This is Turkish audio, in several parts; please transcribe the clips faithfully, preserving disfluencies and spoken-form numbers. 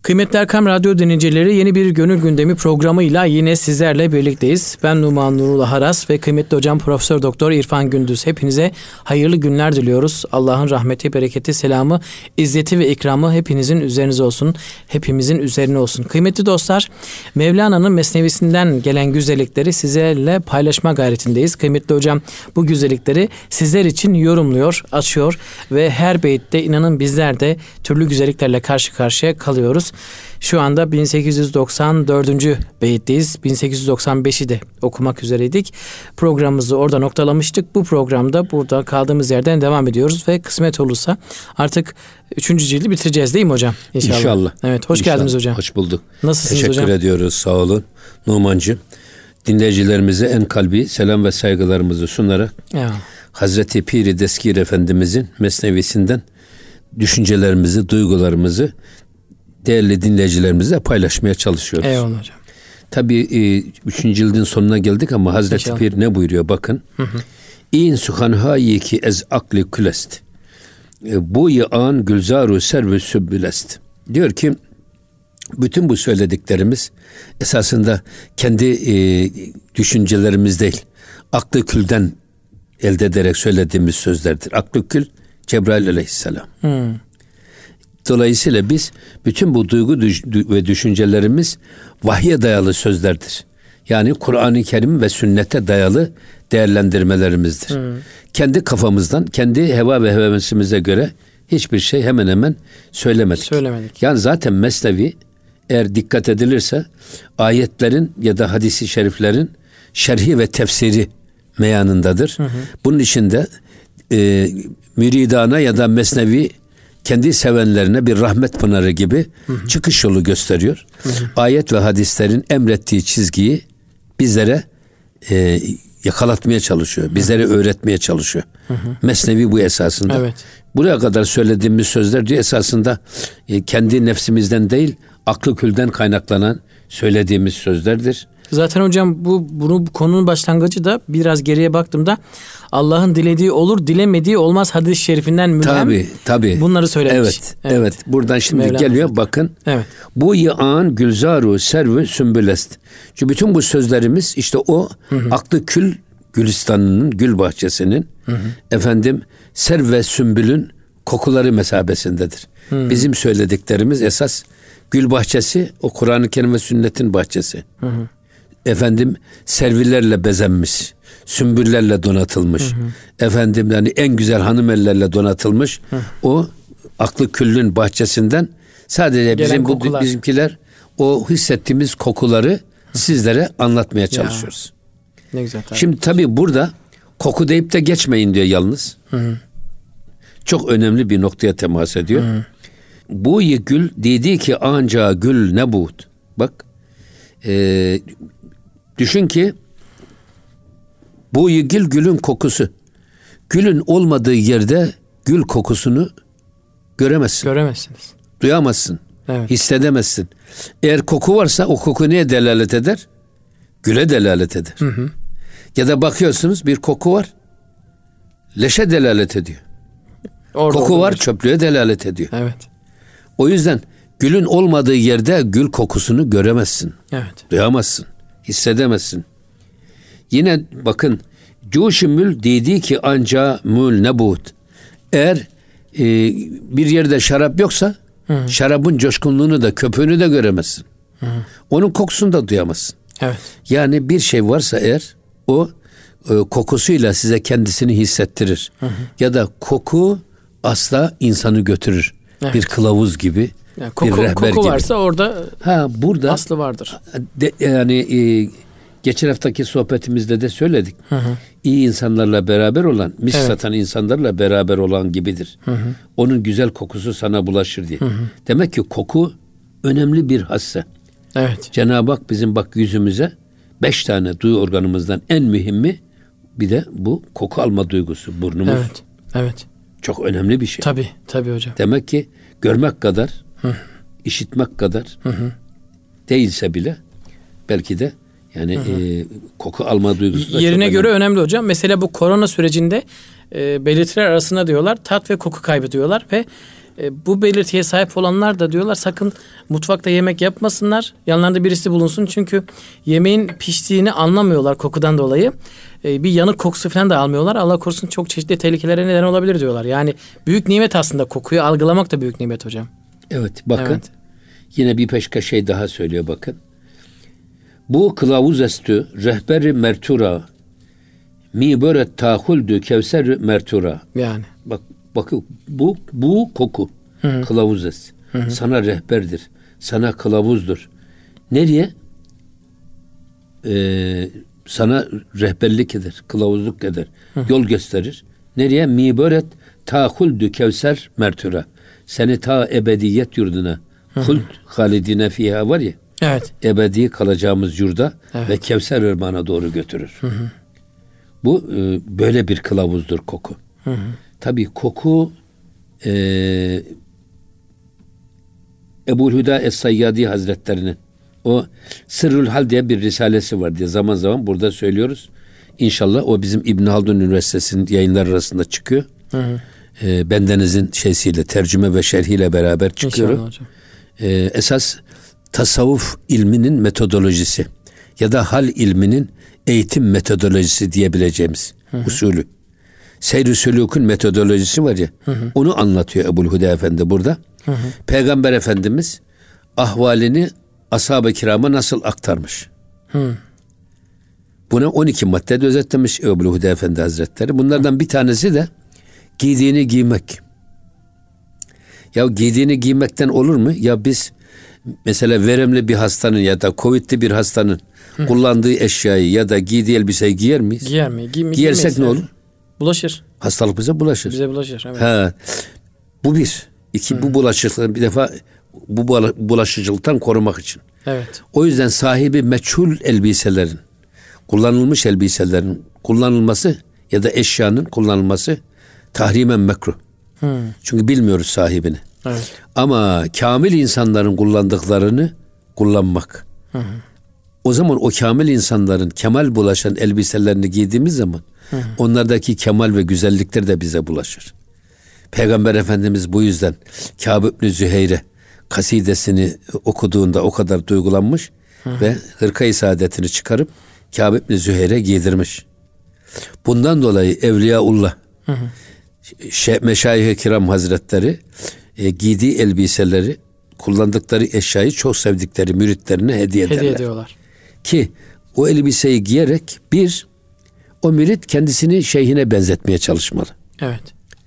Kıymetli Erkam Radyo dinleyicileri, yeni bir Gönül Gündemi programıyla yine sizlerle birlikteyiz. Ben Numan Nurullah Aras ve kıymetli hocam Profesör Doktor İrfan Gündüz. Hepinize hayırlı günler diliyoruz. Allah'ın rahmeti, bereketi, selamı, izzeti ve ikramı hepinizin üzerinize olsun. Hepimizin üzerine olsun. Kıymetli dostlar, Mevlana'nın mesnevisinden gelen güzellikleri sizlerle paylaşma gayretindeyiz. Kıymetli hocam bu güzellikleri sizler için yorumluyor, açıyor ve her beytte inanın bizler de türlü güzelliklerle karşı karşıya kalıyoruz. Şu anda bin sekiz yüz doksan dördüncü beyitteyiz. bin sekiz yüz doksan beşi de okumak üzereydik. Programımızı orada noktalamıştık. Bu programda burada kaldığımız yerden devam ediyoruz ve kısmet olursa artık üçüncü cildi bitireceğiz değil mi hocam? İnşallah. İnşallah. Evet, hoş İnşallah. geldiniz hocam. Hoş bulduk. Nasılsınız Teşekkür hocam? Teşekkür ediyoruz. Sağ olun Numancığım. Dinleyicilerimize en kalbi selam ve saygılarımızı sunarak ya. Hazreti Pir-i Deskir Efendimizin mesnevisinden düşüncelerimizi, duygularımızı değerli dinleyicilerimizle paylaşmaya çalışıyoruz. Eyvallah hocam. Tabii e, üçüncü cildin sonuna geldik ama Hazreti İnşallah. Pir ne buyuruyor? Bakın. İn suhanhayi ki ez akli külest. E, bu yağan gülzaru servü sübbülest. Diyor ki bütün bu söylediklerimiz esasında kendi e, düşüncelerimiz değil. Aklı külden elde ederek söylediğimiz sözlerdir. Aklı kül Cebrail aleyhisselam. Hmm. Dolayısıyla biz bütün bu duygu ve düşüncelerimiz vahye dayalı sözlerdir. Yani Kur'an-ı Kerim ve sünnete dayalı değerlendirmelerimizdir. Hmm. Kendi kafamızdan, kendi heva ve hevesimize göre hiçbir şey hemen hemen söylemedik. Söylemedik. Yani zaten Mesnevi eğer dikkat edilirse ayetlerin ya da hadis-i şeriflerin şerhi ve tefsiri meyanındadır. Hı hı. Bunun içinde e, müridana ya da Mesnevi kendi sevenlerine bir rahmet pınarı gibi hı hı. çıkış yolu gösteriyor. Hı hı. Ayet ve hadislerin emrettiği çizgiyi bizlere e, yakalatmaya çalışıyor. Bizlere hı hı. öğretmeye çalışıyor. Hı hı. Mesnevi bu esasında. Evet. Buraya kadar söylediğimiz sözler diyor esasında e, kendi nefsimizden değil, aklı külden kaynaklanan söylediğimiz sözlerdir. Zaten hocam bu bunu bu konunun başlangıcı da biraz geriye baktığımda Allah'ın dilediği olur, dilemediği olmaz hadis-i şerifinden mülhem. Tabii, tabii. Bunları söylemiş. Evet, evet. evet. Buradan şimdi Mevlana geliyor zaten. Bakın. Evet. Bu yağan gülzaru servü sümbülest. Çünkü bütün bu sözlerimiz işte o hı hı. aklı kül Gülistan'ın, gül bahçesinin hı hı. efendim serv ve sümbülün kokuları mesabesindedir. Hı. Bizim söylediklerimiz esas gül bahçesi, o Kur'an-ı Kerim ve sünnetin bahçesi. Hı hı. Efendim servilerle bezenmiş, sümbüllerle donatılmış. Hı hı. Efendim yani en güzel hanım ellerle donatılmış. Hı. O aklı küllün bahçesinden sadece gelen bizim kokular. Bu bizimkiler o hissettiğimiz kokuları hı. sizlere anlatmaya çalışıyoruz. Ya. Ne güzel. Tabii. Şimdi tabii burada koku deyip de geçmeyin diyor yalnız. Hı hı. Çok önemli bir noktaya temas ediyor. Hı hı. Bu gül dedi ki anca gül ne buğd. Bak e, düşün ki bu gül gülün kokusu. Gülün olmadığı yerde gül kokusunu göremezsin. Göremezsiniz. Duyamazsın. Evet. Hissedemezsin. Eğer koku varsa o koku neye delalet eder? Güle delalet eder. Hı hı. Ya da bakıyorsunuz bir koku var. Leşe delalet ediyor. Orada koku var, çöplüğe delalet ediyor. Evet. O yüzden gülün olmadığı yerde gül kokusunu göremezsin. Evet. Duyamazsın. Hissedemezsin. Yine bakın Cuşimül dedi ki anca mül nebut. Eğer e, bir yerde şarap yoksa hı. şarabın coşkunluğunu da köpüğünü de göremezsin. Hı. Onun kokusunu da duyamazsın. Evet. Yani bir şey varsa eğer o e, kokusuyla size kendisini hissettirir. Hı hı. Ya da koku asla insanı götürür. Evet. Bir kılavuz gibi, yani koku, bir rehber koku gibi. Koku varsa orada ha, burada aslı vardır. De, yani e, geçen haftaki sohbetimizde de söyledik. Hı hı. İyi insanlarla beraber olan, mis evet. satan insanlarla beraber olan gibidir. Hı hı. Onun güzel kokusu sana bulaşır diye. Hı hı. Demek ki koku önemli bir hasse. Evet. Cenab-ı Hak bizim bak yüzümüze beş tane duyu organımızdan en mühimi bir de bu koku alma duygusu, burnumuz. Evet. Evet. Çok önemli bir şey. Tabii, tabii hocam. Demek ki görmek kadar, hı. işitmek kadar hı hı. değilse bile belki de yani hı hı. E, koku alma duygusu da yerine çok göre önemli. önemli hocam. Mesela bu korona sürecinde e, belirtiler arasında diyorlar tat ve koku kaybı diyorlar ve E, bu belirtiye sahip olanlar da diyorlar sakın mutfakta yemek yapmasınlar. Yanlarında birisi bulunsun. Çünkü yemeğin piştiğini anlamıyorlar kokudan dolayı. E, bir yanık kokusu falan da almıyorlar. Allah korusun çok çeşitli tehlikelere neden olabilir diyorlar. Yani büyük nimet aslında, kokuyu algılamak da büyük nimet hocam. Evet, bakın. Evet. Yine bir başka şey daha söylüyor, bakın. Bu kılavuz estü rehberi mertura mi böyle tahuldü kevser mertura. Yani. Bak, bak bu bu koku. Hı-hı. Kılavuz est. Hı-hı. Sana rehberdir. Sana kılavuzdur. Nereye? Ee, sana rehberlik eder, kılavuzluk eder. Hı-hı. Yol gösterir. Nereye? Mi böyle tahuldü kevser mertura. Seni ta ebediyet yurduna, hult halidine fiha var ya. Evet. Ebedi kalacağımız yurda, evet, ve Kevser ırmağına doğru götürür. Hı hı. Bu e, böyle bir kılavuzdur koku. Hı hı. Tabii koku e, Ebu'l-Hüda Es-Sayyadi Hazretlerinin o Sırrül Hal diye bir risalesi var diye zaman zaman burada söylüyoruz. İnşallah o bizim İbn Haldun Üniversitesi'nin yayınları arasında çıkıyor. Hı hı. E, bendenizin şeysiyle, tercüme ve şerhiyle beraber çıkıyor. E, esas tasavvuf ilminin metodolojisi ya da hal ilminin eğitim metodolojisi diyebileceğimiz, hı hı, usulü. Seyr-i sülûkün metodolojisi var ya, hı hı, onu anlatıyor Ebu'l-Hüda Efendi burada. Hı hı. Peygamber Efendimiz ahvalini ashab-ı kirama nasıl aktarmış? Hı. Buna on iki maddede özetlemiş Ebu'l-Hüda Efendi Hazretleri. Bunlardan, hı, bir tanesi de giydiğini giymek. Ya giydiğini giymekten olur mu? Ya biz mesela veremli bir hastanın ya da Covid'li bir hastanın, hı, kullandığı eşyayı ya da giydiği elbiseyi giyer miyiz? Giyer mi? Giy- Giyersek ne olur? Bulaşır. Hastalık bize bulaşır. Bize bulaşır. Evet. Ha, bu bir. İki, hı, bu bulaşıcılıktan bir defa bu bulaşıcılıktan korumak için. Evet. O yüzden sahibi meçhul elbiselerin, kullanılmış elbiselerin kullanılması ya da eşyanın kullanılması tahrimen mekruh. Hı. Çünkü bilmiyoruz sahibini. Evet. Ama kamil insanların kullandıklarını kullanmak. Hı hı. O zaman o kamil insanların kemal bulaşan elbiselerini giydiğimiz zaman, hı hı, onlardaki kemal ve güzellikler de bize bulaşır. Peygamber Efendimiz bu yüzden Kâb ibn Züheyre kasidesini okuduğunda o kadar duygulanmış, hı hı, ve hırka-i saadetini çıkarıp Kâb ibn Züheyre giydirmiş. Bundan dolayı Evliyaullah, hı hı, Meşayih-i Kiram Hazretleri e, giydiği elbiseleri, kullandıkları eşyayı çok sevdikleri müritlerine hediye, hediye ederler. Ediyorlar. Ki o elbiseyi giyerek bir, o mürit kendisini şeyhine benzetmeye çalışmalı. Evet.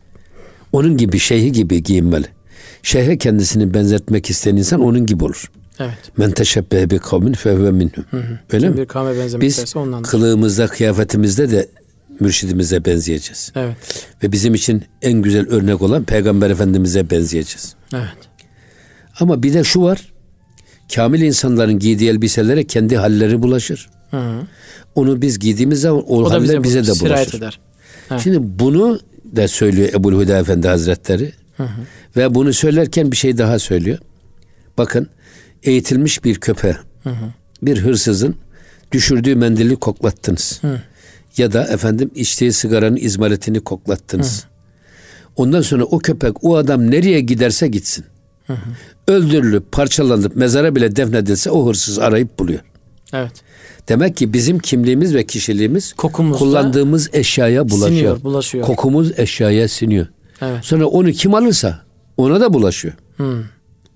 Onun gibi, şeyhi gibi giyinmeli. Şeyhe kendisini benzetmek isteyen insan onun gibi olur. Evet. Men teşebbehe bi kavmin fehuve minhum. Öyle mi? Bir kavme benzemek Biz isterse ondandır. Kılığımızda, kıyafetimizde de mürşidimize benzeyeceğiz. Evet. Ve bizim için en güzel örnek olan Peygamber Efendimiz'e benzeyeceğiz. Evet. Ama bir de şu var. Kamil insanların giydiği elbiselere kendi halleri bulaşır. Hı hı. Onu biz giydiğimiz zaman o, o haller bize, bize de bulaşır. Eder. Evet. Şimdi bunu da söylüyor Ebu'l-Hüda Efendi Hazretleri. Hı hı. Ve bunu söylerken bir şey daha söylüyor. Bakın, eğitilmiş bir köpeğe, hı hı, bir hırsızın düşürdüğü mendili koklattınız. Hı. Ya da efendim içtiği sigaranın izmaritini koklattınız. Hı. Ondan sonra o köpek, o adam nereye giderse gitsin, hı hı, öldürülüp, parçalanıp, mezara bile defnedilse o hırsız arayıp buluyor. Evet. Demek ki bizim kimliğimiz ve kişiliğimiz kokumuzda kullandığımız eşyaya bulaşıyor. Siniyor, bulaşıyor. Kokumuz eşyaya siniyor. Evet. Sonra onu kim alırsa ona da bulaşıyor. Hı.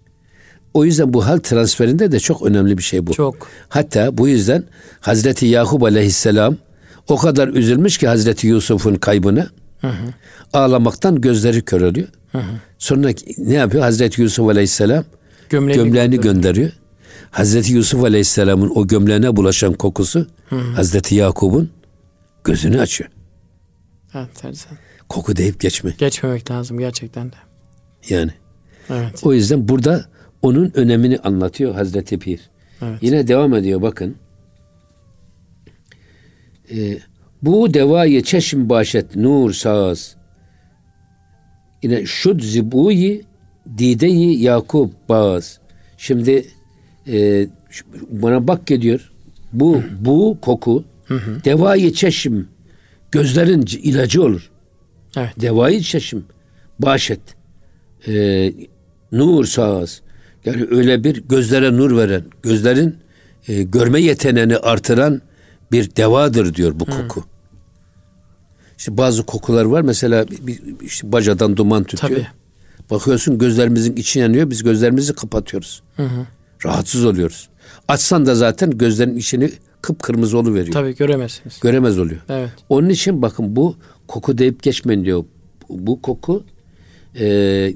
O yüzden bu hal transferinde de çok önemli bir şey bu. Çok. Hatta bu yüzden Hazreti Yakup Aleyhisselam o kadar üzülmüş ki Hazreti Yusuf'un kaybına, hı hı, ağlamaktan gözleri köreliyor. Hı hı. Sonra ne yapıyor? Hazreti Yusuf Aleyhisselam gömleğini, gömleğini gönderiyor. gönderiyor. Hazreti Yusuf Aleyhisselam'ın o gömleğine bulaşan kokusu, hı hı, Hazreti Yakup'un gözünü açıyor. Evet, tersen. Koku deyip geçme. Geçmemek lazım gerçekten de. Yani. Evet. O yüzden burada onun önemini anlatıyor Hazreti Pir. Evet. Yine devam ediyor, bakın. Ee, bu devayı çeşm başet nur saz. Yine şud zibuyi dideyi Yakup baz. Şimdi e, bana bak diyor. Bu, hı, bu koku, hı hı, devayı çeşm, gözlerin ilacı olur. Evet. Devayı çeşm başet, e, nur sağız. Yani öyle bir gözlere nur veren, gözlerin e, görme yeteneğini artıran bir devadır diyor bu koku. Hmm. İşte bazı kokular var. Mesela bir, işte bacadan duman tütüyor. Tabii. Bakıyorsun gözlerimizin içi yanıyor. Biz gözlerimizi kapatıyoruz. Hı hı. Rahatsız oluyoruz. Açsan da zaten gözlerin içini kıpkırmızı oluveriyor. Tabii göremezsiniz. Göremez oluyor. Evet. Onun için bakın bu koku deyip geçmeyin diyor. Bu koku e,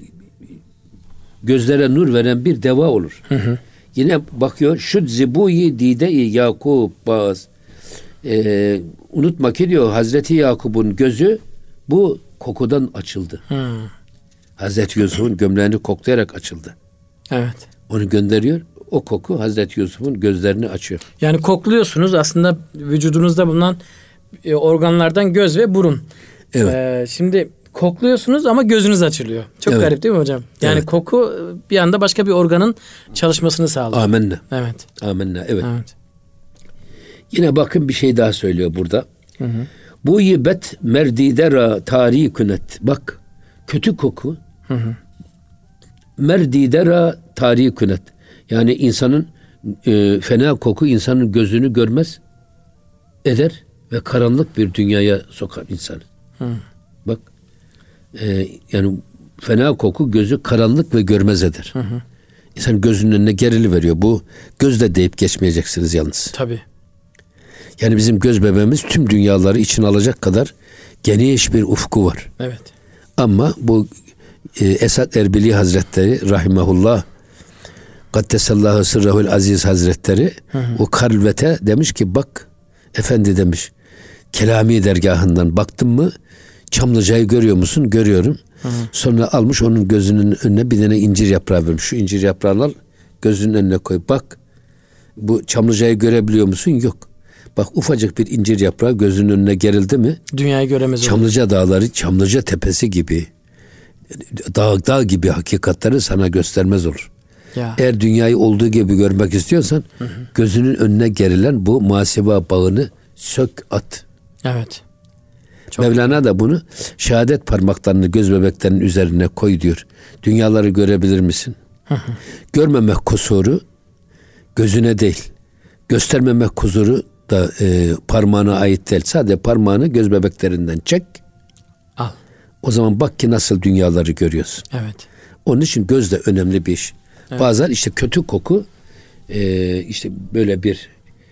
gözlere nur veren bir deva olur. Hı hı. Yine bakıyor şu zibuyi dide-i Yakup baz. E, unutma ki diyor Hazreti Yakup'un gözü bu kokudan açıldı. Hı. Hazreti Yusuf'un gömleğini koklayarak açıldı. Evet. Onu gönderiyor. O koku Hazreti Yusuf'un gözlerini açıyor. Yani kokluyorsunuz aslında vücudunuzda bulunan e, organlardan göz ve burun. Evet. Ee, şimdi kokluyorsunuz ama gözünüz açılıyor. Çok evet. Garip değil mi hocam? Yani evet. Koku bir anda başka bir organın çalışmasını sağlıyor. Amenna. Evet. Amenna. Evet. evet. Yine bakın bir şey daha söylüyor burada. Hı hı. Bu yibet merdidera tarikunet. Bak kötü koku. Hı hı. Merdidera tarikunet. Yani insanın e, fena koku insanın gözünü görmez eder ve karanlık bir dünyaya sokar insanı. Hı. Bak e, yani fena koku gözü karanlık ve görmez eder. Hı hı. İnsan gözünün önüne gerili veriyor. Bu gözle deyip geçmeyeceksiniz yalnız. Tabii. Yani bizim göz bebeğimiz tüm dünyaları içine alacak kadar geniş bir ufku var. Evet. Ama bu e, Esad Erbili Hazretleri rahimehullah Kaddesallahu sırrahul aziz Hazretleri hı hı. o kalvete demiş ki bak efendi demiş Kelami dergahından baktın mı Çamlıca'yı görüyor musun? Görüyorum. Hı hı. Sonra almış onun gözünün önüne bir tane incir yaprağı vermiş. Şu incir yaprağını al gözünün önüne koy. Bak bu Çamlıca'yı görebiliyor musun? Yok. Bak ufacık bir incir yaprağı gözünün önüne gerildi mi? Dünyayı göremez. Çamlıca olur. Dağları, Çamlıca tepesi gibi dağ, dağ gibi hakikatleri sana göstermez olur. Ya. Eğer dünyayı olduğu gibi görmek istiyorsan hı hı. gözünün önüne gerilen bu muhaseba bağını sök at. Evet. Çok Mevlana iyi. Da bunu şehadet parmaklarını göz bebeklerinin üzerine koy diyor. Dünyaları görebilir misin? Hı hı. Görmemek kusuru gözüne değil. Göstermemek kusuru da e, parmağına ait değil. Sadece parmağını göz bebeklerinden çek. Al. O zaman bak ki nasıl dünyaları görüyorsun. Evet. Onun için göz de önemli bir iş. Evet. Bazen işte kötü koku e, işte böyle bir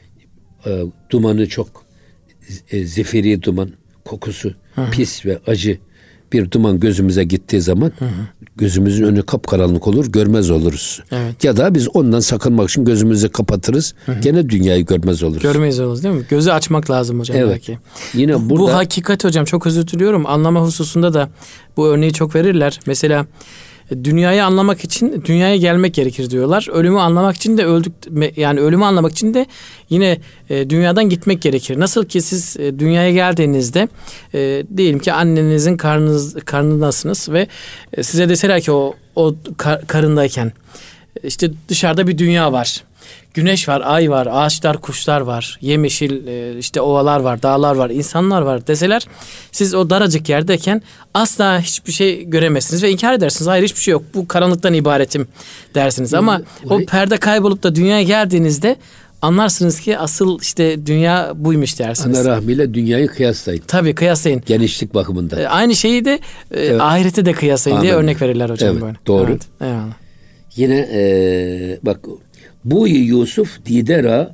e, dumanı çok e, zifiri duman kokusu hı-hı. pis ve acı bir duman gözümüze gittiği zaman hı-hı. gözümüzün önü kapkaranlık olur görmez oluruz. Evet. Ya da biz ondan sakınmak için gözümüzü kapatırız hı-hı. gene dünyayı görmez oluruz. Görmeyiz oluruz değil mi? Gözü açmak lazım hocam evet. belki. Yine burada... Bu hakikat hocam çok özür diliyorum anlama hususunda da bu örneği çok verirler. Mesela dünyayı anlamak için dünyaya gelmek gerekir diyorlar. Ölümü anlamak için de öldük yani ölümü anlamak için de yine e, dünyadan gitmek gerekir. Nasıl ki siz e, dünyaya geldiğinizde e, diyelim ki annenizin karnınız karnındasınız ve e, size deseler ki o o kar, karındayken işte dışarıda bir dünya var. Güneş var, ay var, ağaçlar, kuşlar var, yemyeşil işte ovalar var, dağlar var, insanlar var deseler siz o daracık yerdeyken asla hiçbir şey göremezsiniz ve inkar edersiniz. Hayır hiçbir şey yok. Bu karanlıktan ibaretim dersiniz. Ama o perde kaybolup da dünyaya geldiğinizde anlarsınız ki asıl işte dünya buymuş dersiniz. Ana rahmiyle dünyayı kıyaslayın. Tabii kıyaslayın. Genişlik bakımında. Aynı şeyi de evet. ahirete de kıyaslayın Amin. Diye örnek verirler hocam evet, böyle. Doğru. Evet, eyvallah. Yine ee, bak bu Yusuf didera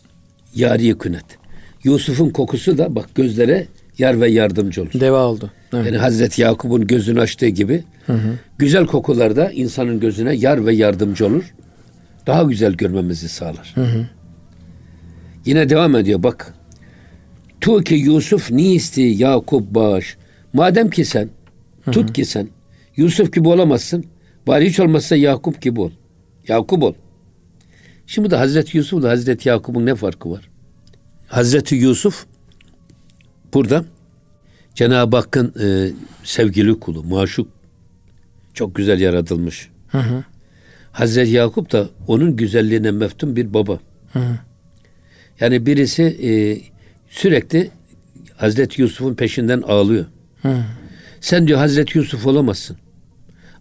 yari künet. Yusuf'un kokusu da bak gözlere yar ve yardımcı olur. Deva oldu. Evet. Yani Hazreti Yakup'un gözünü açtığı gibi hı hı. güzel kokular da insanın gözüne yar ve yardımcı olur. Daha güzel görmemizi sağlar. Hı hı. Yine devam ediyor bak. Tu ki Yusuf niisti Yakup baş. Madem ki sen hı hı. tut ki sen Yusuf gibi olamazsın. Bari hiç olmazsa Yakup gibi ol. Yakup ol. Şimdi de Hazreti Yusuf da Hazreti Yakup'un ne farkı var? Hazreti Yusuf burada Cenab-ı Hakk'ın e, sevgili kulu, maşuk, çok güzel yaratılmış. Hı hı. Hazreti Yakup da onun güzelliğine meftun bir baba. Hı hı. Yani birisi e, sürekli Hazreti Yusuf'un peşinden ağlıyor. Hı hı. Sen diyor Hazreti Yusuf olamazsın.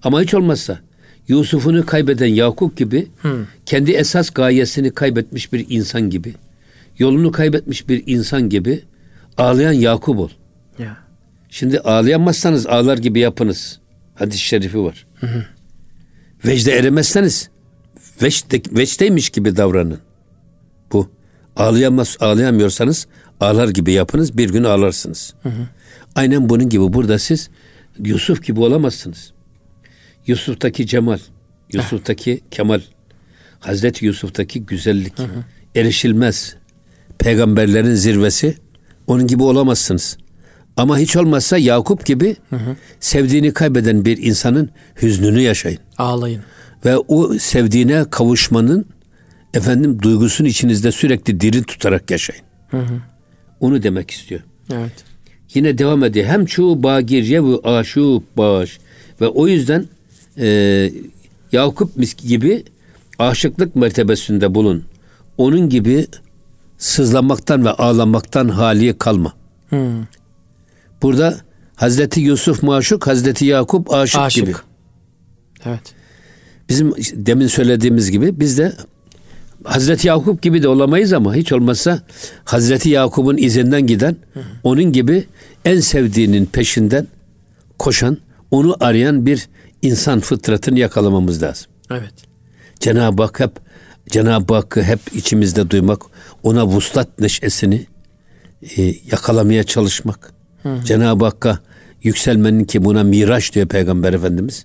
Ama hiç olmazsa Yusuf'unu kaybeden Yakup gibi, hı. kendi esas gayesini kaybetmiş bir insan gibi, yolunu kaybetmiş bir insan gibi ağlayan Yakup ol. Ya. Şimdi ağlayamazsanız ağlar gibi yapınız. Hadis-i şerifi var. Hı hı. Vecde eremezseniz vecde, vecdeymiş gibi davranın. Bu. Ağlayamaz, ağlayamıyorsanız ağlar gibi yapınız, bir gün ağlarsınız. Hı hı. Aynen bunun gibi burada siz Yusuf gibi olamazsınız. Yusuf'taki cemal, Yusuf'taki eh. kemal, Hazreti Yusuf'taki güzellik, hı hı. erişilmez. Peygamberlerin zirvesi, onun gibi olamazsınız. Ama hiç olmazsa Yakup gibi, hı hı. sevdiğini kaybeden bir insanın hüznünü yaşayın. Ağlayın. Ve o sevdiğine kavuşmanın efendim duygusunu içinizde sürekli diri tutarak yaşayın. Hı hı. Onu demek istiyor. Evet. Yine devam ediyor. Hem çu bagir yevu aşu baş. Ve o yüzden e, Yakup gibi aşıklık mertebesinde bulun. Onun gibi sızlamaktan ve ağlamaktan hali kalma. Hmm. Burada Hazreti Yusuf maşuk, Hazreti Yakup aşık, aşık gibi. Evet. Bizim demin söylediğimiz gibi biz de Hazreti Yakup gibi de olamayız ama hiç olmazsa Hazreti Yakup'un izinden giden, hı hı. onun gibi en sevdiğinin peşinden koşan, onu arayan bir insan fıtratını yakalamamız lazım. Evet. Cenab-ı Hak hep Cenab-ı Hakk'ı hep içimizde duymak, ona vuslat neşesini e, yakalamaya çalışmak. Hı hı. Cenab-ı Hakk'a yükselmenin, ki buna miraç diyor Peygamber Efendimiz.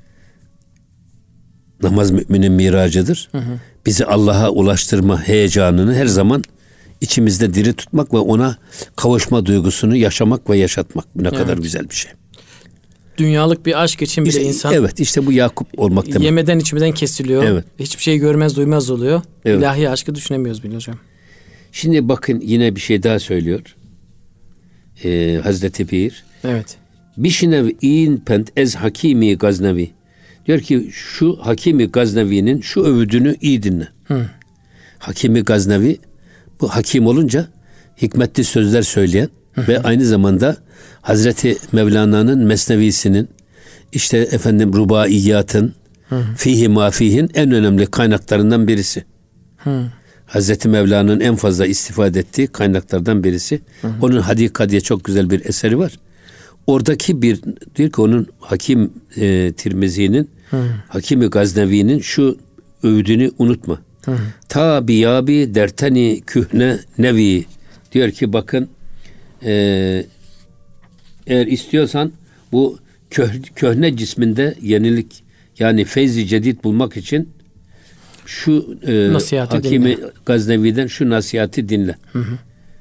Namaz müminin miracıdır. Hı hı. Bizi Allah'a ulaştırma heyecanını her zaman içimizde diri tutmak ve ona kavuşma duygusunu yaşamak ve yaşatmak. Bu ne evet. kadar güzel bir şey. Dünyalık bir aşk için bile işte, insan evet işte bu Yakup olmak demek. Yemeden içmeden kesiliyor. Evet. Hiçbir şey görmez duymaz oluyor. Evet. İlahi aşkı düşünemiyoruz bile hocam. Şimdi bakın yine bir şey daha söylüyor. Ee, Hazreti Pir. Evet. Bişinev in pent ez hakimi Gaznevi. Diyor ki şu Hakimi Gaznevi'nin şu övüdünü iyi dinle. Hı. Hakimi Gaznevi, bu hakim olunca hikmetli sözler söyleyen, hı, ve aynı zamanda Hazreti Mevlana'nın Mesnevisinin, işte efendim Rubaiyatın, Fihi Mafihin en önemli kaynaklarından birisi. Hı. Hazreti Mevlana'nın en fazla istifade ettiği kaynaklardan birisi. Hı hı. Onun Hadika diye çok güzel bir eseri var. Oradaki bir, diyor ki onun Hakim e, Tirmizi'nin, hı. Hakimi Gaznevi'nin şu övdüğünü unutma. Hı. Ta biyabi derteni kühne nevi. Diyor ki bakın e, eğer istiyorsan bu köh, köhne cisminde yenilik, yani feyzi cedid bulmak için şu e, Hakimi dinle. Gaznevi'den şu nasihati dinle. Hı hı.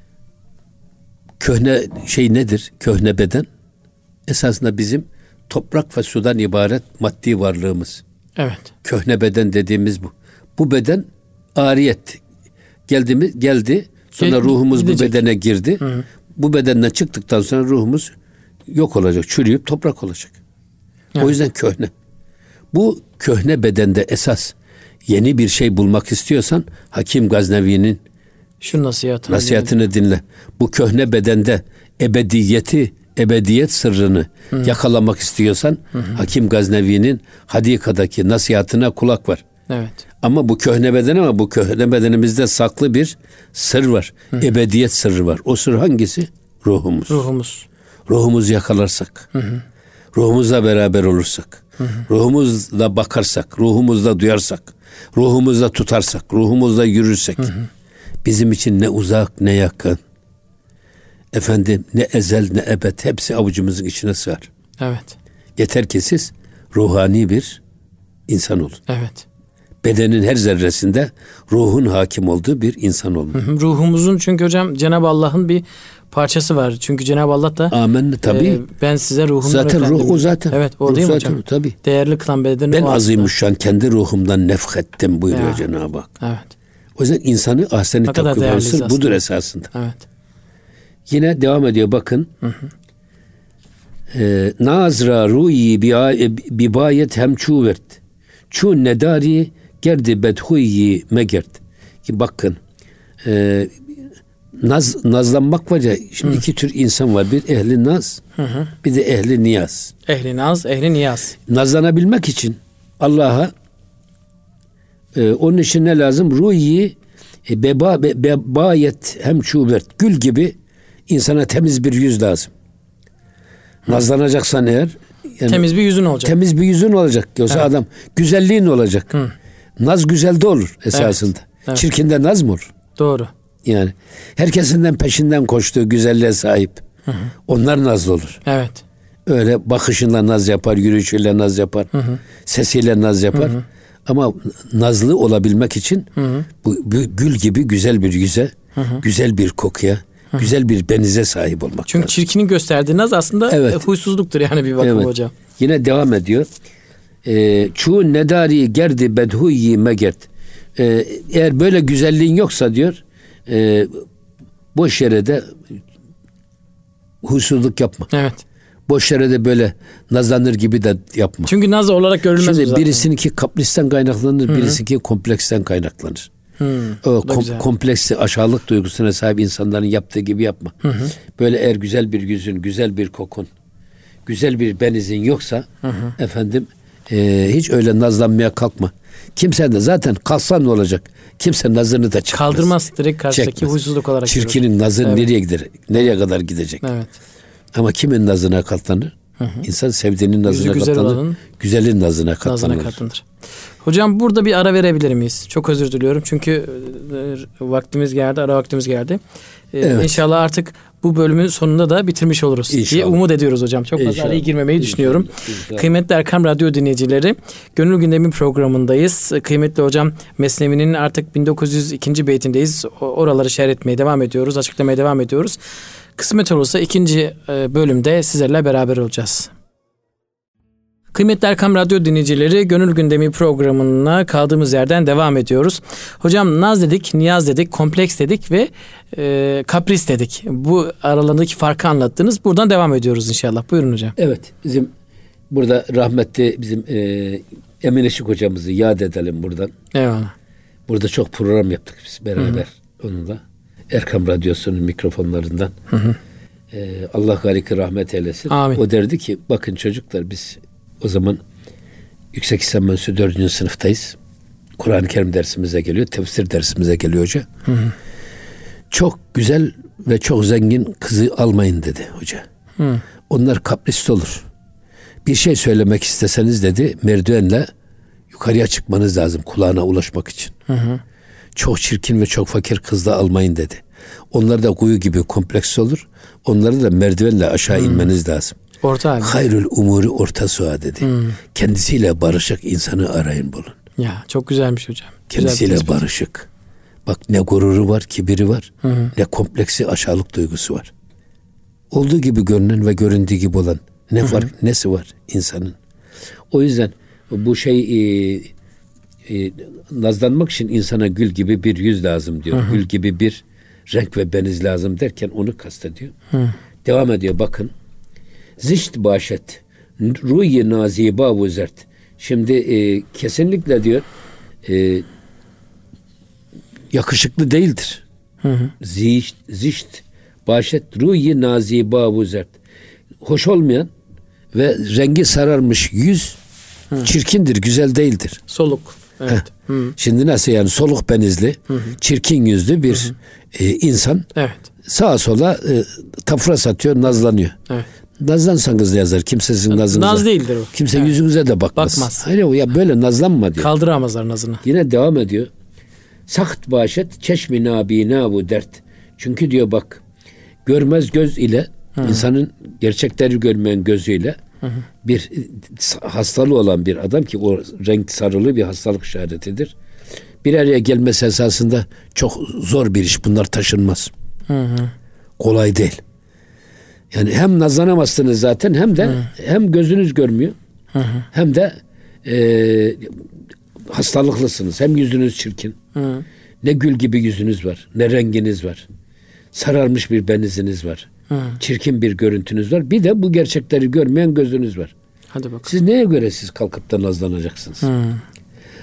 Köhne şey nedir? Köhne beden esasında bizim toprak ve sudan ibaret maddi varlığımız. Evet. Köhne beden dediğimiz bu. Bu beden ariyet. Geldi mi? Geldi. Sonra Gel, ruhumuz gidecek. Bu bedene girdi. Hı hı. Bu bedenden çıktıktan sonra ruhumuz yok olacak. Çürüyüp toprak olacak. Evet. O yüzden köhne. Bu köhne bedende esas yeni bir şey bulmak istiyorsan Hakim Gaznevi'nin şu nasihatini, nasihatini dinle. Bu köhne bedende ebediyeti, ebediyet sırrını hı. yakalamak istiyorsan hı hı. Hakim Gaznevi'nin Hadika'daki nasihatine kulak ver. Evet. Ama bu köhne beden, ama bu köhne bedenimizde saklı bir sır var. Hı. Ebediyet sırrı var. O sır hangisi? Ruhumuz. Ruhumuz. Ruhumuzu yakalarsak, hı hı. ruhumuzla beraber olursak, hı hı. ruhumuzla bakarsak, ruhumuzla duyarsak, ruhumuzla tutarsak, ruhumuzla yürürsek, hı hı. bizim için ne uzak ne yakın, efendim ne ezel ne ebed, hepsi avucumuzun içine sığar. Evet. Yeter ki siz ruhani bir insan olun. Evet. Bedenin her zerresinde ruhun hakim olduğu bir insan olmalı. Hı hı. Ruhumuzun, çünkü hocam Cenab-ı Allah'ın bir parçası var. Çünkü Cenab-ı Allah da Amenna, tabii. E, ben size ruhumu zaten efendim, ruh o zaten. Evet, o ruh değil mi zaten, hocam? Tabii. Değerli kılan bedeni ben o azimüşşan kendi ruhumdan nefhettim buyuruyor ya. Cenab-ı Hak. Evet. O yüzden insanı ahsen-i takvim budur esasında. Evet. Yine devam ediyor bakın. Hı hı. Ee, Nazra ruyi bibayet hem çuvert. Çu nedari gerdi bedhuyi megert. Ki bakın e, naz nazlanmak var ya. Şimdi hı. iki tür insan var. Bir ehli naz, hı hı. bir de ehli niyaz. Ehli naz, ehli niyaz. Nazlanabilmek için Allah'a e, onun için ne lazım? Ruhi e, beba be, bebayet hem şubert gül gibi insana temiz bir yüz lazım. Hı. Nazlanacaksan eğer yani, temiz bir yüzün olacak. Temiz bir yüzün olacak. Yoksa evet. adam güzelliğin olacak. Hı. Naz güzelde olur esasında. Evet. Evet. Çirkinde naz mı olur? Doğru. Yani herkesinden peşinden koştuğu güzelliğe sahip. Hı hı. Onlar nazlı olur. Evet. Öyle bakışıyla naz yapar, yürüyüşüyle naz yapar, hı hı. sesiyle naz yapar. Hı hı. Ama nazlı olabilmek için hı hı. Bu, bu gül gibi güzel bir yüze, hı hı. güzel bir kokuya, hı hı. güzel bir benize sahip olmak Çünkü lazım. Çirkinin gösterdiği naz aslında evet. huysuzluktur yani bir bakıma evet. hocam. Yine devam ediyor. Ee, Çu nedari gerdi bedhuyi megert. Ee, eğer böyle güzelliğin yoksa diyor, e, boş yere de huysuzluk yapma. Evet. Boş yere de böyle nazlanır gibi de yapma. Çünkü naz olarak görülmez. Şimdi birisininki kapristen kaynaklanır, Hı-hı. birisininki kompleksten kaynaklanır. Hı, o kom- kompleksi aşağılık duygusuna sahip insanların yaptığı gibi yapma. Hı-hı. Böyle eğer güzel bir yüzün, güzel bir kokun, güzel bir benizin yoksa Hı-hı. efendim e, hiç öyle nazlanmaya kalkma. Kimse de zaten kalksan ne olacak? Kimse nazını da çekmez. Kaldırmaz, direkt karşıdaki çekmez. Huysuzluk olarak. Çirkinin görür. Nazı evet. nereye gider? Nereye kadar gidecek? Evet. Ama kimin nazına katlanır? Hı hı. İnsan sevdiğinin nazına güzel katlanır. Olanın, güzelin nazına katlanır. nazına katlanır. Hocam burada bir ara verebilir miyiz? Çok özür diliyorum. Çünkü e, vaktimiz geldi, ara vaktimiz geldi. E, evet. İnşallah artık bu bölümün sonunda da bitirmiş oluruz İnşallah. diye umut ediyoruz hocam. Çok fazla araya girmemeyi İnşallah. düşünüyorum. İnşallah. Kıymetli Erkam Radyo dinleyicileri, Gönül Gündemi programındayız. Kıymetli hocam Mesnevi'nin artık bin dokuz yüz ikinci beytindeyiz. Oraları şerh etmeye devam ediyoruz, açıklamaya devam ediyoruz. Kısmet olursa ikinci bölümde sizlerle beraber olacağız. Kıymetli Erkam Radyo dinleyicileri, Gönül Gündemi programına kaldığımız yerden devam ediyoruz. Hocam naz dedik, niyaz dedik, kompleks dedik ve e, kapris dedik. Bu aralarındaki farkı anlattınız. Buradan devam ediyoruz inşallah. Buyurun hocam. Evet, bizim burada rahmetli bizim e, Emin Işık hocamızı yad edelim buradan. Eyvallah. Burada çok program yaptık biz beraber Hı-hı. onunla. Erkam Radyosu'nun mikrofonlarından. Hı hı. Ee, Allah gariki rahmet eylesin. Amin. O derdi ki bakın çocuklar biz o zaman Yüksek İslam Mensubu dördüncü sınıftayız. Kur'an-ı Kerim dersimize geliyor. Tefsir dersimize geliyor hoca. Hı hı. Çok güzel ve çok zengin kızı almayın dedi hoca. Hı. Onlar kaprisli olur. Bir şey söylemek isteseniz dedi merdivenle yukarıya çıkmanız lazım kulağına ulaşmak için. Hı hı. Çok çirkin ve çok fakir kız da almayın dedi. Onlar da kuyu gibi kompleks olur. Onları da merdivenle aşağı hmm. inmeniz lazım. Orta abi. Hayrül umuri orta suha dedi. Hmm. Kendisiyle barışık insanı arayın bulun. Ya çok güzelmiş hocam. Kendisiyle Güzel barışık. Bak ne gururu var, kibiri var. Hmm. Ne kompleksi aşağılık duygusu var. Olduğu gibi görünen ve göründüğü gibi olan ne hmm. var, nesi var insanın. O yüzden bu şey e, e, nazlanmak için insana gül gibi bir yüz lazım diyor. Hı hı. Gül gibi bir renk ve beniz lazım derken onu kastediyor. Hı. Devam ediyor bakın. Zişt başet ruyi naziba bu zert. Şimdi e, kesinlikle diyor e, yakışıklı değildir. Hı hı. Zişt, zişt başet ruyi naziba bu zert. Hoş olmayan ve rengi sararmış yüz hı. çirkindir, güzel değildir. Soluk. Evet. Şimdi nasıl yani soluk benizli, hı hı. çirkin yüzlü bir hı hı. E, insan evet. sağa sola e, tafra satıyor, nazlanıyor. Evet. Nazlansanız ne yazar? Kimse sizin nazınıza. Naz değildir o. Kimse evet. yüzünüze de bakmaz. Bakmaz. Hayır ya böyle nazlanma diyor. Kaldıramazlar nazını. Yine devam ediyor. Saht başet çeşmi nabina bu dert. Çünkü diyor bak görmez göz ile hı. insanın gerçekleri görmeyen gözüyle hı hı. bir hastalığı olan bir adam ki o renk sarılı bir hastalık işaretidir. Bir araya gelmesi esasında çok zor bir iş. Bunlar taşınmaz. Hı hı. Kolay değil. Yani hem nazlanamazsınız zaten hem de hı. hem gözünüz görmüyor hı hı. hem de e, hastalıklısınız. Hem yüzünüz çirkin. Hı. Ne gül gibi yüzünüz var. Ne renginiz var. Sararmış bir beniziniz var. Hı. Çirkin bir görüntünüz var. Bir de bu gerçekleri görmeyen gözünüz var. Hadi bakalım. Siz neye göre siz kalkıp da nazlanacaksınız? Hı.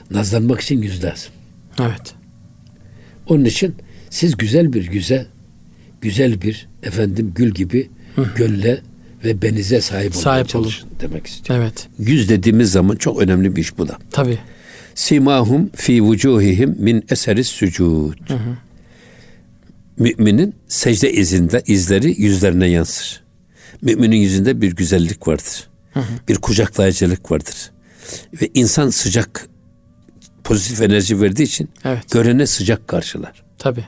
Nazlanmak için yüz lazım. Evet. Onun için siz güzel bir yüze güzel bir efendim gül gibi hı. gölle ve benize sahip, sahip olmaya çalışın demek istiyor. Evet. Yüz dediğimiz zaman çok önemli bir iş bu da. Tabii. Simahum fi vucuhihim min eseris sucud. Hı hı. Müminin secde izinde izleri yüzlerine yansır. Müminin yüzünde bir güzellik vardır. Hı hı. Bir kucaklayıcılık vardır. Ve insan sıcak, pozitif enerji verdiği için evet. görene sıcak karşılar. Tabii.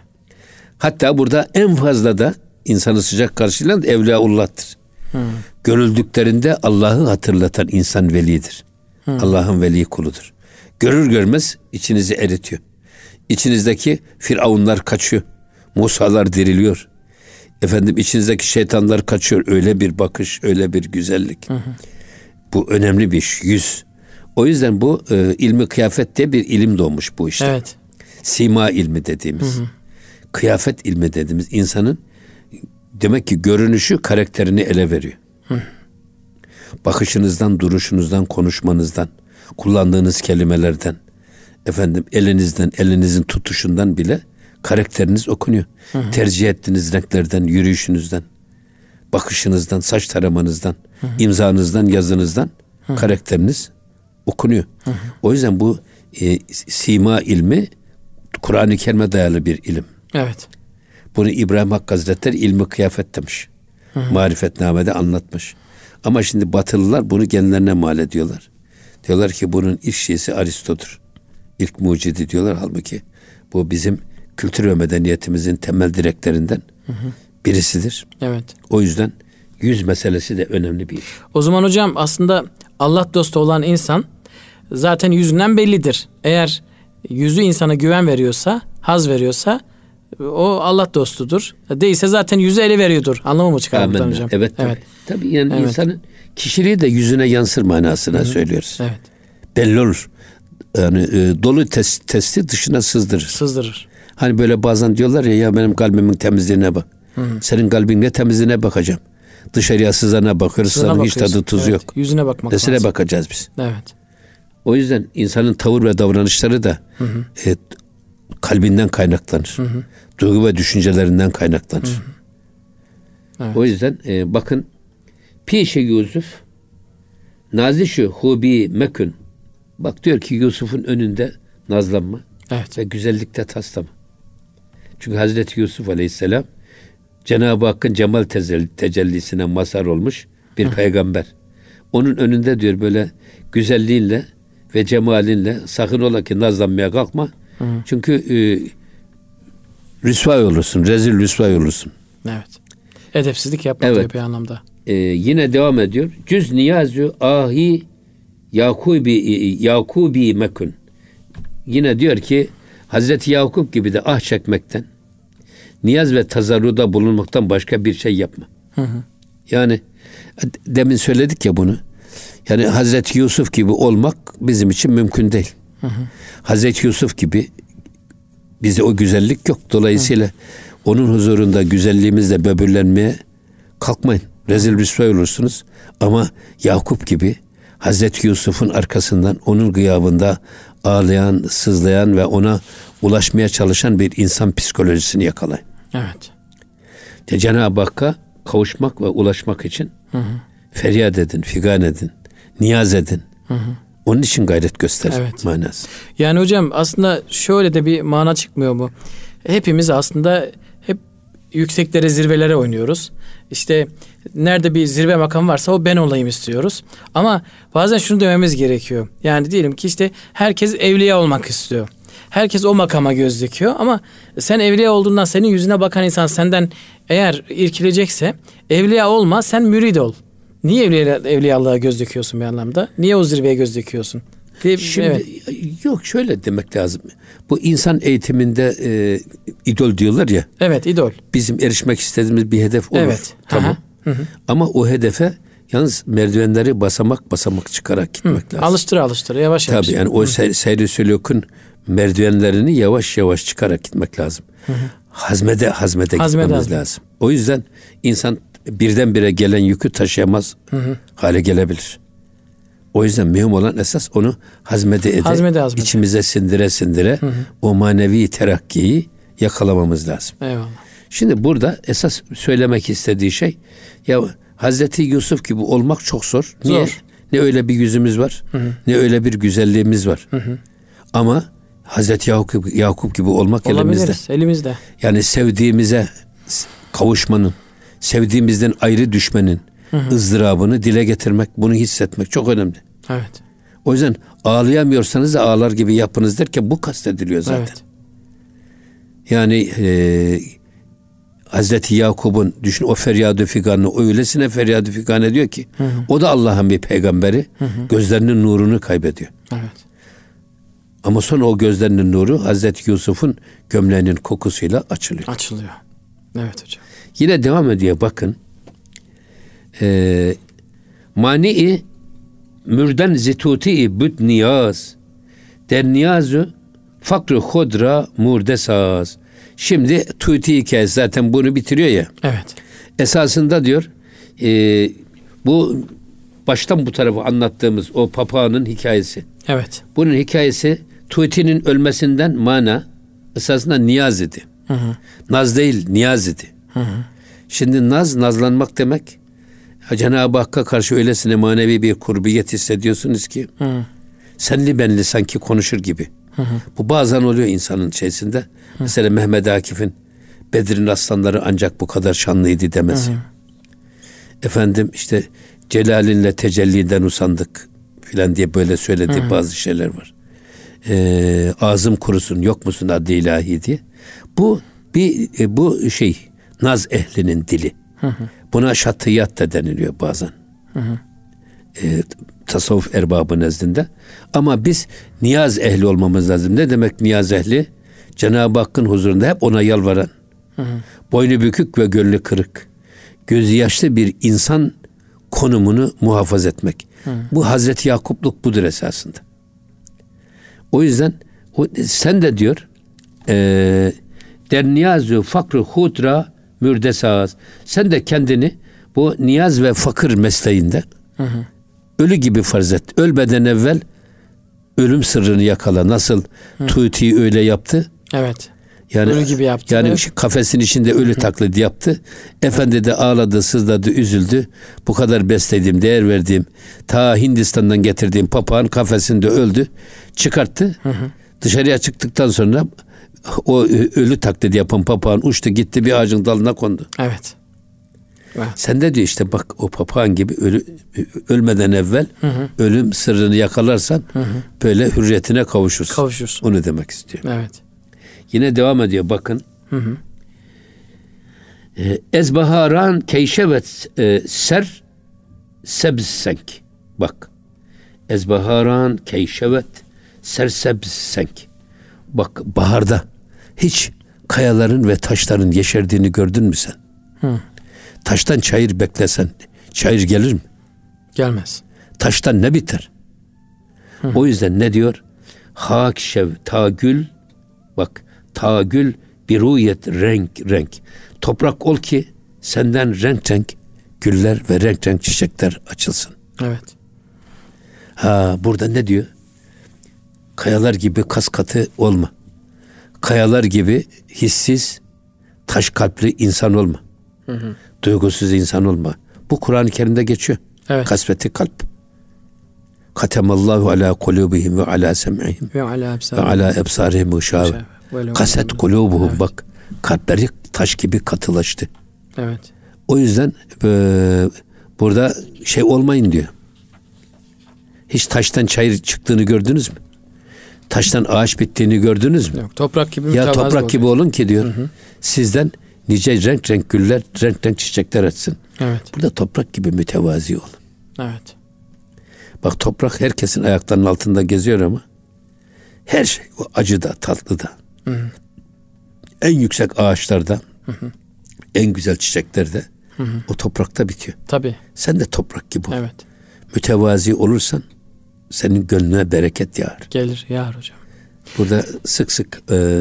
Hatta burada en fazla da insanı sıcak karşılayan Evliyaullah'tır. Hı. Görüldüklerinde Allah'ı hatırlatan insan velidir. Hı. Allah'ın veli kuludur. Görür görmez içinizi eritiyor. İçinizdeki firavunlar kaçıyor. Musa'lar diriliyor. Efendim içinizdeki şeytanlar kaçıyor. Öyle bir bakış, öyle bir güzellik. Hı hı. Bu önemli bir iş. Yüz. O yüzden bu e, ilmi kıyafet diye bir ilim doğmuş bu işte. Evet. Sima ilmi dediğimiz. Hı hı. Kıyafet ilmi dediğimiz insanın demek ki görünüşü karakterini ele veriyor. Hı. Bakışınızdan, duruşunuzdan, konuşmanızdan, kullandığınız kelimelerden, efendim elinizden, elinizin tutuşundan bile karakteriniz okunuyor. Hı hı. Tercih ettiğiniz renklerden, yürüyüşünüzden, bakışınızdan, saç taramanızdan, hı hı. imzanızdan, yazınızdan hı hı. karakteriniz okunuyor. Hı hı. O yüzden bu e, sima ilmi Kur'an-ı Kerim'e dayalı bir ilim. Evet. Bunu İbrahim Hakkı Hazretleri ilmi kıyafet demiş. Hı hı. Marifetname'de anlatmış. Ama şimdi Batılılar bunu kendilerine mal ediyorlar. Diyorlar ki bunun ilk şeysi Aristo'dur. İlk mucidi diyorlar. Halbuki bu bizim kültür ve medeniyetimizin temel direklerinden hı hı. birisidir. Evet. O yüzden yüz meselesi de önemli bir iş. O zaman hocam aslında Allah dostu olan insan zaten yüzünden bellidir. Eğer yüzü insana güven veriyorsa, haz veriyorsa o Allah dostudur. Değilse zaten yüzü ele veriyordur. Anlamı mı çıkar buradan hocam? Evet. Evet. Tabii yani evet. insanın kişiliği de yüzüne yansır manasına Hı-hı. söylüyoruz. Evet. Belli olur. Yani e, dolu test, testi dışına sızdırır. Sızdırır. Hani böyle bazen diyorlar ya ya benim kalbimin temizliğine bak. Hı-hı. Senin kalbin ne temizliğine bakacağım. Dışarıya sızana bakıyoruz. Sızanın hiç tadı tuzu evet. yok. Yüzüne bakmak Nesine lazım. bakacağız biz. Evet. O yüzden insanın tavır ve davranışları da e, kalbinden kaynaklanır. Hı hı. Duygu ve düşüncelerinden kaynaklanır. Hı hı. Evet. O yüzden e, bakın Pişe Yusuf nazişu hubi mekün. Bak diyor ki Yusuf'un önünde nazlanma evet. ve güzellikte taslama. Çünkü Hazreti Yusuf Aleyhisselam Cenab-ı Hakk'ın cemal tecellisine mazhar olmuş bir Hı. peygamber. Onun önünde diyor böyle güzelliğinle ve cemalinle sakın ola ki nazlanmaya kalkma. Hı. Çünkü e, rüsvay olursun, rezil rüsvay olursun. Evet. Edepsizlik yapma evet. diyor bir anlamda. Ee, yine devam ediyor. Cüz niyazu ahi Yakubi Yakubi mekun. Yine diyor ki Hazreti Yakup gibi de ah çekmekten, niyaz ve tazarruda bulunmaktan başka bir şey yapma. Hı hı. Yani demin söyledik ya bunu. Yani Hazreti Yusuf gibi olmak bizim için mümkün değil. Hı hı. Hazreti Yusuf gibi bize o güzellik yok. Dolayısıyla hı. onun huzurunda güzelliğimizle böbürlenmeye kalkmayın. Rezil rüsvay olursunuz. Ama Yakup gibi Hazreti Yusuf'un arkasından onun gıyabında ağlayan, sızlayan ve ona ulaşmaya çalışan bir insan psikolojisini yakalayın. Evet. De Cenab-ı Hakk'a kavuşmak ve ulaşmak için hı hı. feryat edin, figan edin, niyaz edin. Hı hı. Onun için gayret gösterin evet. manası. Yani hocam aslında şöyle de bir mana çıkmıyor mu? Hepimiz aslında hep yükseklere, zirvelere oynuyoruz. İşte nerede bir zirve makamı varsa o ben olayım istiyoruz. Ama bazen şunu dememiz gerekiyor. Yani diyelim ki işte herkes evliya olmak istiyor. Herkes o makama göz dikiyor ama sen evliya olduğundan senin yüzüne bakan insan senden eğer irkilecekse evliya olma, sen mürid ol. Niye evliya, evliyalığa göz dikiyorsun bir anlamda? Niye o zirveye göz dikiyorsun? Diye, Şimdi evet. yok şöyle demek lazım. Bu insan eğitiminde e, idol diyorlar ya. Evet, idol. Bizim erişmek istediğimiz bir hedef olur. Evet. Tamam. Hı hı. Ama o hedefe yalnız merdivenleri basamak basamak çıkarak gitmek hı. lazım. Alıştıra alıştıra yavaş yavaş. Tabii yani o se- seyri sülükün merdivenlerini yavaş yavaş çıkarak gitmek lazım. Hı hı. Hazmede hazmede, hazmede gitmemiz hazmede. lazım. O yüzden insan birdenbire gelen yükü taşıyamaz hı hı. hale gelebilir. O yüzden mühim olan esas onu hazmede ede, hazmede, hazmede. içimize sindire sindire hı hı. o manevi terakkiyi yakalamamız lazım. Eyvallah. Şimdi burada esas söylemek istediği şey, ya Hazreti Yusuf gibi olmak çok zor. Niye? Zor. Ne öyle bir yüzümüz var, hı hı. ne öyle bir güzelliğimiz var. Hı hı. Ama Hazreti Yakup, Yakup gibi olmak elimizde. elimizde. Yani sevdiğimize kavuşmanın, sevdiğimizden ayrı düşmenin hı hı. ızdırabını dile getirmek, bunu hissetmek çok önemli. Evet. O yüzden ağlayamıyorsanız da ağlar gibi yapınız derken bu kastediliyor zaten. Evet. Yani e, Hazreti Yakup'un düşün o feryat-ı figanını öylesine feryat-ı figan ediyor ki hı hı. o da Allah'ın bir peygamberi, hı hı. gözlerinin nurunu kaybediyor. Evet. Ama sonra o gözlerinin nuru Hazreti Yusuf'un gömleğinin kokusuyla açılıyor. Açılıyor. Evet hocam. Yine devam ediyor bakın. Ee, Mani-i mürden zituti büt niyaz der niyazu fakru hodra murdesaz. Şimdi tuti hikayesi zaten bunu bitiriyor ya. Evet. Esasında diyor e, bu baştan bu tarafı anlattığımız o papağanın hikayesi. Evet. Bunun hikayesi Tuti'nin ölmesinden mana esasında niyaz idi. Hı hı. Naz değil, niyaz idi. Hı hı. Şimdi naz, nazlanmak demek. Cenab-ı Hakk'a karşı öylesine manevi bir kurbiyet hissediyorsunuz ki hı hı. senli benli sanki konuşur gibi. Hı hı. Bu bazen oluyor insanın şeysinde. Hı. Mesela Mehmet Akif'in Bedir'in aslanları ancak bu kadar şanlıydı demesi. Hı hı. Efendim işte Celalinle tecelliden usandık filan diye böyle söylediği hı hı. bazı şeyler var. Ee, ağzım kurusun yok musun adı ilahi diye. Bu bir e, bu şey naz ehlinin dili. Hı hı. Buna şatiyat da deniliyor bazen. Hı hı. E, tasavvuf erbabı nezdinde. Ama biz niyaz ehli olmamız lazım. Ne demek niyaz ehli? Cenab-ı Hakk'ın huzurunda hep ona yalvaran, hı hı. boynu bükük ve gönlü kırık, gözü yaşlı bir insan konumunu muhafaza etmek. Hı. Bu Hazreti Yakupluk budur esasında. O yüzden o, sen de diyor e, der niyazu fakru hudra mürdesaz. Sen de kendini bu niyaz ve fakir mesleğinde hı hı. ölü gibi farz et. Ölmeden evvel ölüm sırrını yakala. Nasıl hı. Tuti öyle yaptı? Evet. Yani, ölü gibi yaptı. Yani evet. kafesin içinde ölü hı. taklidi yaptı. Efendi de ağladı, sızladı, üzüldü. Bu kadar beslediğim, değer verdiğim, ta Hindistan'dan getirdiğim papağan kafesinde öldü. Çıkarttı. Hı hı. Dışarıya çıktıktan sonra o ölü taklidi yapan papağan uçtu gitti bir ağacın dalına kondu. Evet. evet. Sen de diyor işte bak o papağan gibi ölü, ölmeden evvel hı hı. ölüm sırrını yakalarsan hı hı. böyle hürriyetine kavuşursun. Kavuşursun. Onu demek istiyor. Evet. Yine devam ediyor bakın. Hı hı. Ezbaharan keyşevet ser sebsenk. Bak. Ezbaharan keyşevet ser sebsenk. Bak baharda hiç kayaların ve taşların yeşerdiğini gördün mü sen? Hı. Taştan çayır beklesen çayır gelir mi? Gelmez. Taştan ne biter? Hı. O yüzden ne diyor? Hak şev ta gül bak ta gül bir ruyet renk renk. Toprak ol ki senden renk renk güller ve renk renk çiçekler açılsın. Evet. Ha burada ne diyor? Kayalar gibi kas katı olma. Kayalar gibi hissiz, taş kalpli insan olma. Hı hı. Duygusuz insan olma. Bu Kur'an-ı Kerim'de geçiyor. Evet. Kasveti kalp. Katemallahu ala kulubihim ve ala sem'ihim ve ala ve ala ebsarihim gışâve. Kaset kulubuhum evet. Bak kalpleri taş gibi katılaştı. Evet. O yüzden e, burada şey olmayın diyor. Hiç taştan çayır çıktığını gördünüz mü? Taştan ağaç bittiğini gördünüz mü? Yok, toprak gibi ya toprak olacak. Gibi olun ki diyor. Hı hı. Sizden nice renk renk güller, renk renk çiçekler açsın. Evet. Burada toprak gibi mütevazi olun. Evet. Bak toprak herkesin ayaklarının altında geziyor ama her şey o acı da tatlı da. Hı hı. En yüksek ağaçlarda, hı hı. en güzel çiçeklerde hı hı. o toprakta bitiyor. Tabii. Sen de toprak gibi ol. Evet. Mütevazi olursan senin gönlüne bereket yağar. Gelir yağar hocam. Burada sık sık e,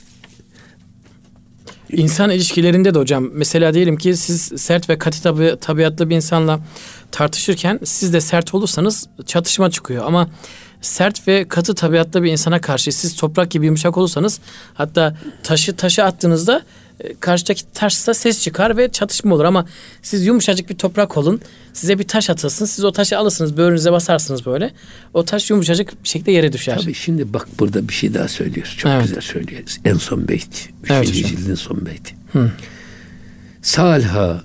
İnsan ilişkilerinde de hocam mesela diyelim ki siz sert ve katı tabi, tabiatlı bir insanla tartışırken siz de sert olursanız çatışma çıkıyor ama sert ve katı tabiatlı bir insana karşı siz toprak gibi yumuşak olursanız hatta taşı taşı attığınızda E, karşıdaki taşsa ses çıkar ve çatışma olur ama siz yumuşacık bir toprak olun. Size bir taş atılsın. Siz o taşı alırsınız, böğrünüze basarsınız böyle. O taş yumuşacık bir şekilde yere düşer. Tabii şimdi bak burada bir şey daha söylüyor. Çok evet. güzel söylüyor. En son beyti. Evet, Üçüncü cildin son beyti. Hı. Salha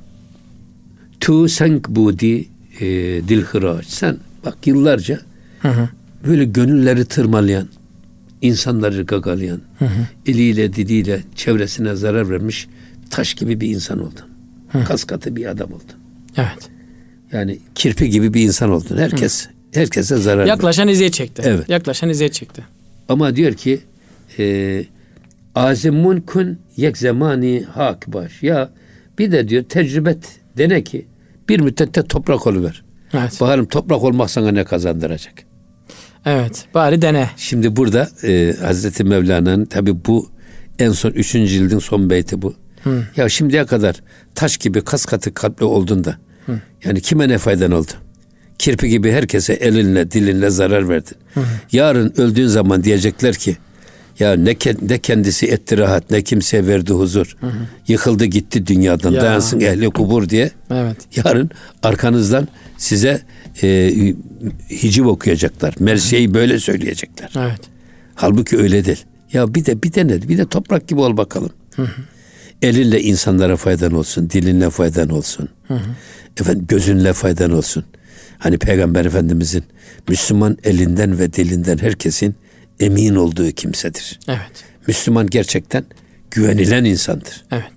tu senk budi e, dil hıraç. Sen bak yıllarca hı hı. böyle gönülleri tırmalayan, insanları gagalayan, hı hı. eliyle diliyle çevresine zarar vermiş taş gibi bir insan oldun. Hı. Kaskatı bir adam oldun. Evet. Yani kirpi gibi bir insan oldun. Herkes, hı. herkese zarar Yaklaşan eziyet çekti. Evet. Yaklaşan eziyet çekti. Ama diyor ki e, azimun kun yek zamani hak baş. Ya bir de diyor tecrübet dene ki bir müddette toprak oluver. Evet. Bakalım toprak olmak sana ne kazandıracak? Evet. Bari dene. Şimdi burada e, Hazreti Mevlana'nın tabi bu en son üçüncü cildin son beyti bu. Hı. Ya şimdiye kadar taş gibi kaskatı kalpli oldun da hı. yani kime ne faydan oldu? Kirpi gibi herkese elinle dilinle zarar verdin. Hı hı. Yarın öldüğün zaman diyecekler ki ya ne, ne kendisi etti rahat ne kimseye verdi huzur. Hı hı. Yıkıldı gitti dünyadan ya. Dayansın ehli kubur diye. Evet. Yarın arkanızdan size e, hiciv okuyacaklar. Mersiye'yi böyle söyleyecekler. Evet. Halbuki öyle değil. Ya bir de bir dene bir de toprak gibi ol bakalım. Hı hı. Elinle insanlara faydan olsun, dilinle faydan olsun. Hı hı. Efendim gözünle faydan olsun. Hani Peygamber Efendimizin Müslüman elinden ve dilinden herkesin emin olduğu kimsedir. Evet. Müslüman gerçekten güvenilen insandır. Evet.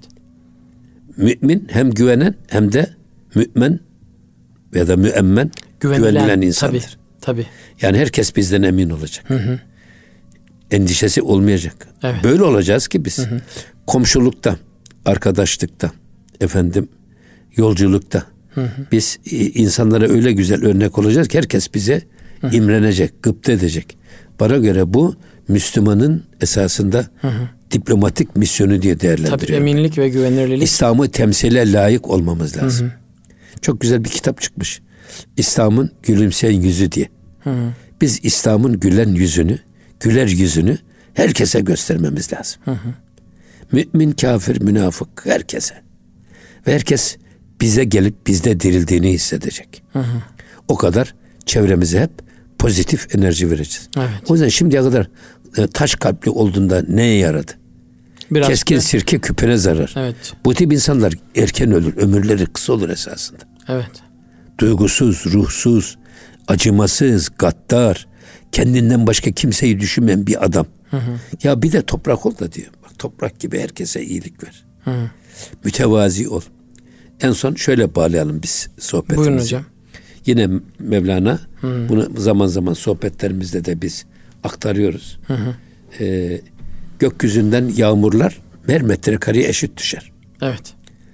Mümin hem güvenen hem de mümin ya da müemmen güvenilen, güvenilen insandır. Tabii, tabii. Yani herkes bizden emin olacak. Hı hı. Endişesi olmayacak. Evet. Böyle olacağız ki biz. Hı hı. Komşulukta, arkadaşlıkta, efendim yolculukta hı hı. biz insanlara öyle güzel örnek olacağız ki herkes bize hı hı. imrenecek, gıpta edecek. Bana göre bu Müslümanın esasında hı hı. diplomatik misyonu diye değerlendiriyorum. Tabii eminlik ve güvenilirlik. İslam'ı temsile layık olmamız lazım. Hı hı. Çok güzel bir kitap çıkmış. İslam'ın gülümseyen yüzü diye. Hı hı. Biz İslam'ın gülen yüzünü, güler yüzünü herkese göstermemiz lazım. Hı hı. Mümin, kafir, münafık herkese. Ve herkes bize gelip bizde dirildiğini hissedecek. Hı hı. O kadar çevremize hep pozitif enerji vereceğiz. Evet. O yüzden şimdiye kadar e, taş kalpli olduğunda neye yaradı? Biraz Keskin de... sirke küpene zarar. Evet. Bu tip insanlar erken ölür. Ömürleri kısa olur esasında. Evet. Duygusuz, ruhsuz, acımasız, gaddar, kendinden başka kimseyi düşünmeyen bir adam. Hı hı. Ya bir de toprak ol da diyor. Bak, toprak gibi herkese iyilik ver. Hı hı. Mütevazi ol. En son şöyle bağlayalım biz sohbetimizi. Buyurun hocam. Yine Mevlana hı. bunu zaman zaman sohbetlerimizde de biz aktarıyoruz. Hı hı. Ee, gökyüzünden yağmurlar her metrekareye eşit düşer. Evet.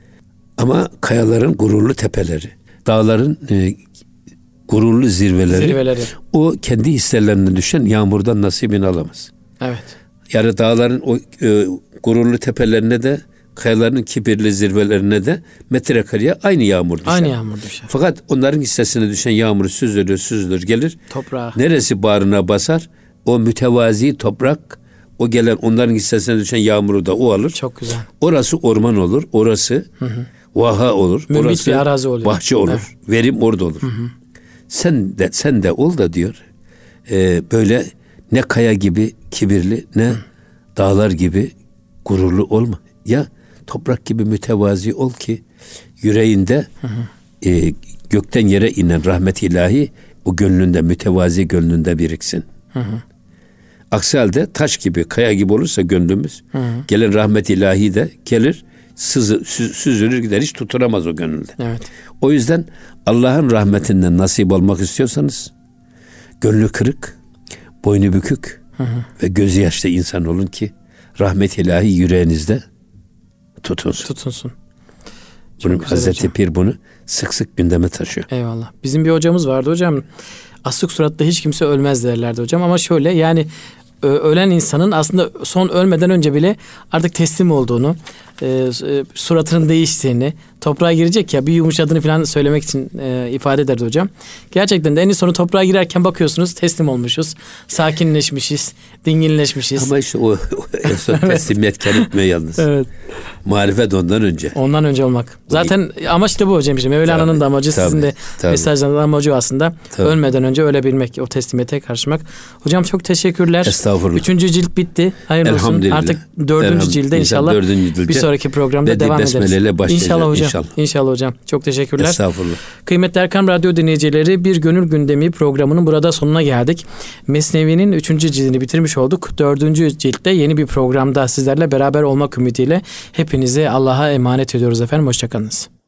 Ama kayaların gururlu tepeleri, dağların e, gururlu zirveleri, zirveleri, o kendi hisselerinden düşen yağmurdan nasibini alamaz. Evet. Yani dağların o e, gururlu tepelerine de kayaların kibirli zirvelerine de metrekareye aynı yağmur düşer. Aynı yağmur düşer. Fakat onların hissesine düşen yağmur süzülür süzülür gelir. Toprağa. Neresi bağrına basar? O mütevazi toprak, o gelen onların hissesine düşen yağmuru da o alır. Çok güzel. Orası orman olur. Orası hı hı. vaha olur. Mümbit orası bir arazi oluyor. Bahçe olur. Evet. Verim orada olur. Hı hı. Sen de sen de ol da diyor. E, böyle ne kaya gibi kibirli ne hı. dağlar gibi gururlu olma. Ya toprak gibi mütevazi ol ki yüreğinde hı hı. E, gökten yere inen rahmet ilahi o gönlünde, mütevazi gönlünde biriksin. Hı hı. Aksi halde taş gibi, kaya gibi olursa gönlümüz, hı hı. gelen rahmet ilahi de gelir, sızı, sü, süzülür gider, hiç tutunamaz o gönülde. Evet. O yüzden Allah'ın rahmetinden nasip olmak istiyorsanız, gönlü kırık, boynu bükük hı hı. ve gözü yaşlı insan olun ki rahmet ilahi yüreğinizde tutunsun. Tutunsun. Bunun Hazreti hocam. Pir bunu sık sık gündeme taşıyor. Eyvallah. Bizim bir hocamız vardı hocam. Asık suratta hiç kimse ölmez derlerdi hocam. Ama şöyle yani ölen insanın aslında son ölmeden önce bile artık teslim olduğunu, e, suratının değiştiğini, toprağa girecek ya bir yumuşadığını falan söylemek için e, ifade ederdi hocam. Gerçekten de en sonu toprağa girerken bakıyorsunuz teslim olmuşuz, sakinleşmişiz, dinginleşmişiz. Ama işte o, o en son teslimiyet kendime yalnız. Evet. Marifet ondan önce. Ondan önce olmak. Zaten amaç da bu hocam. İşte Mevlana'nın Tabii, da amacı, tabii, sizin de tabii. mesajlarınızın amacı aslında. Tabii. Ölmeden önce ölebilmek, o teslimiyete karşılamak. Hocam çok teşekkürler. Estağfurullah. Üçüncü cilt bitti. Hayırlı olsun. Elhamdülillah. Artık dördüncü Elhamdülillah. cilde inşallah Dördüncü cilde bir sonraki programda ve devam ederiz. besmeleyle başlayacağız İnşallah hocam. inşallah. İnşallah hocam. Çok teşekkürler. Estağfurullah. Kıymetli Erkam Radyo dinleyicileri, Bir Gönül Gündemi programının burada sonuna geldik. Mesnevi'nin üçüncü cildini bitirmiş olduk. Dördüncü ciltte yeni bir programda sizlerle beraber olmak ümidiyle hepinizi Allah'a emanet ediyoruz efendim. Hoşçakalınız.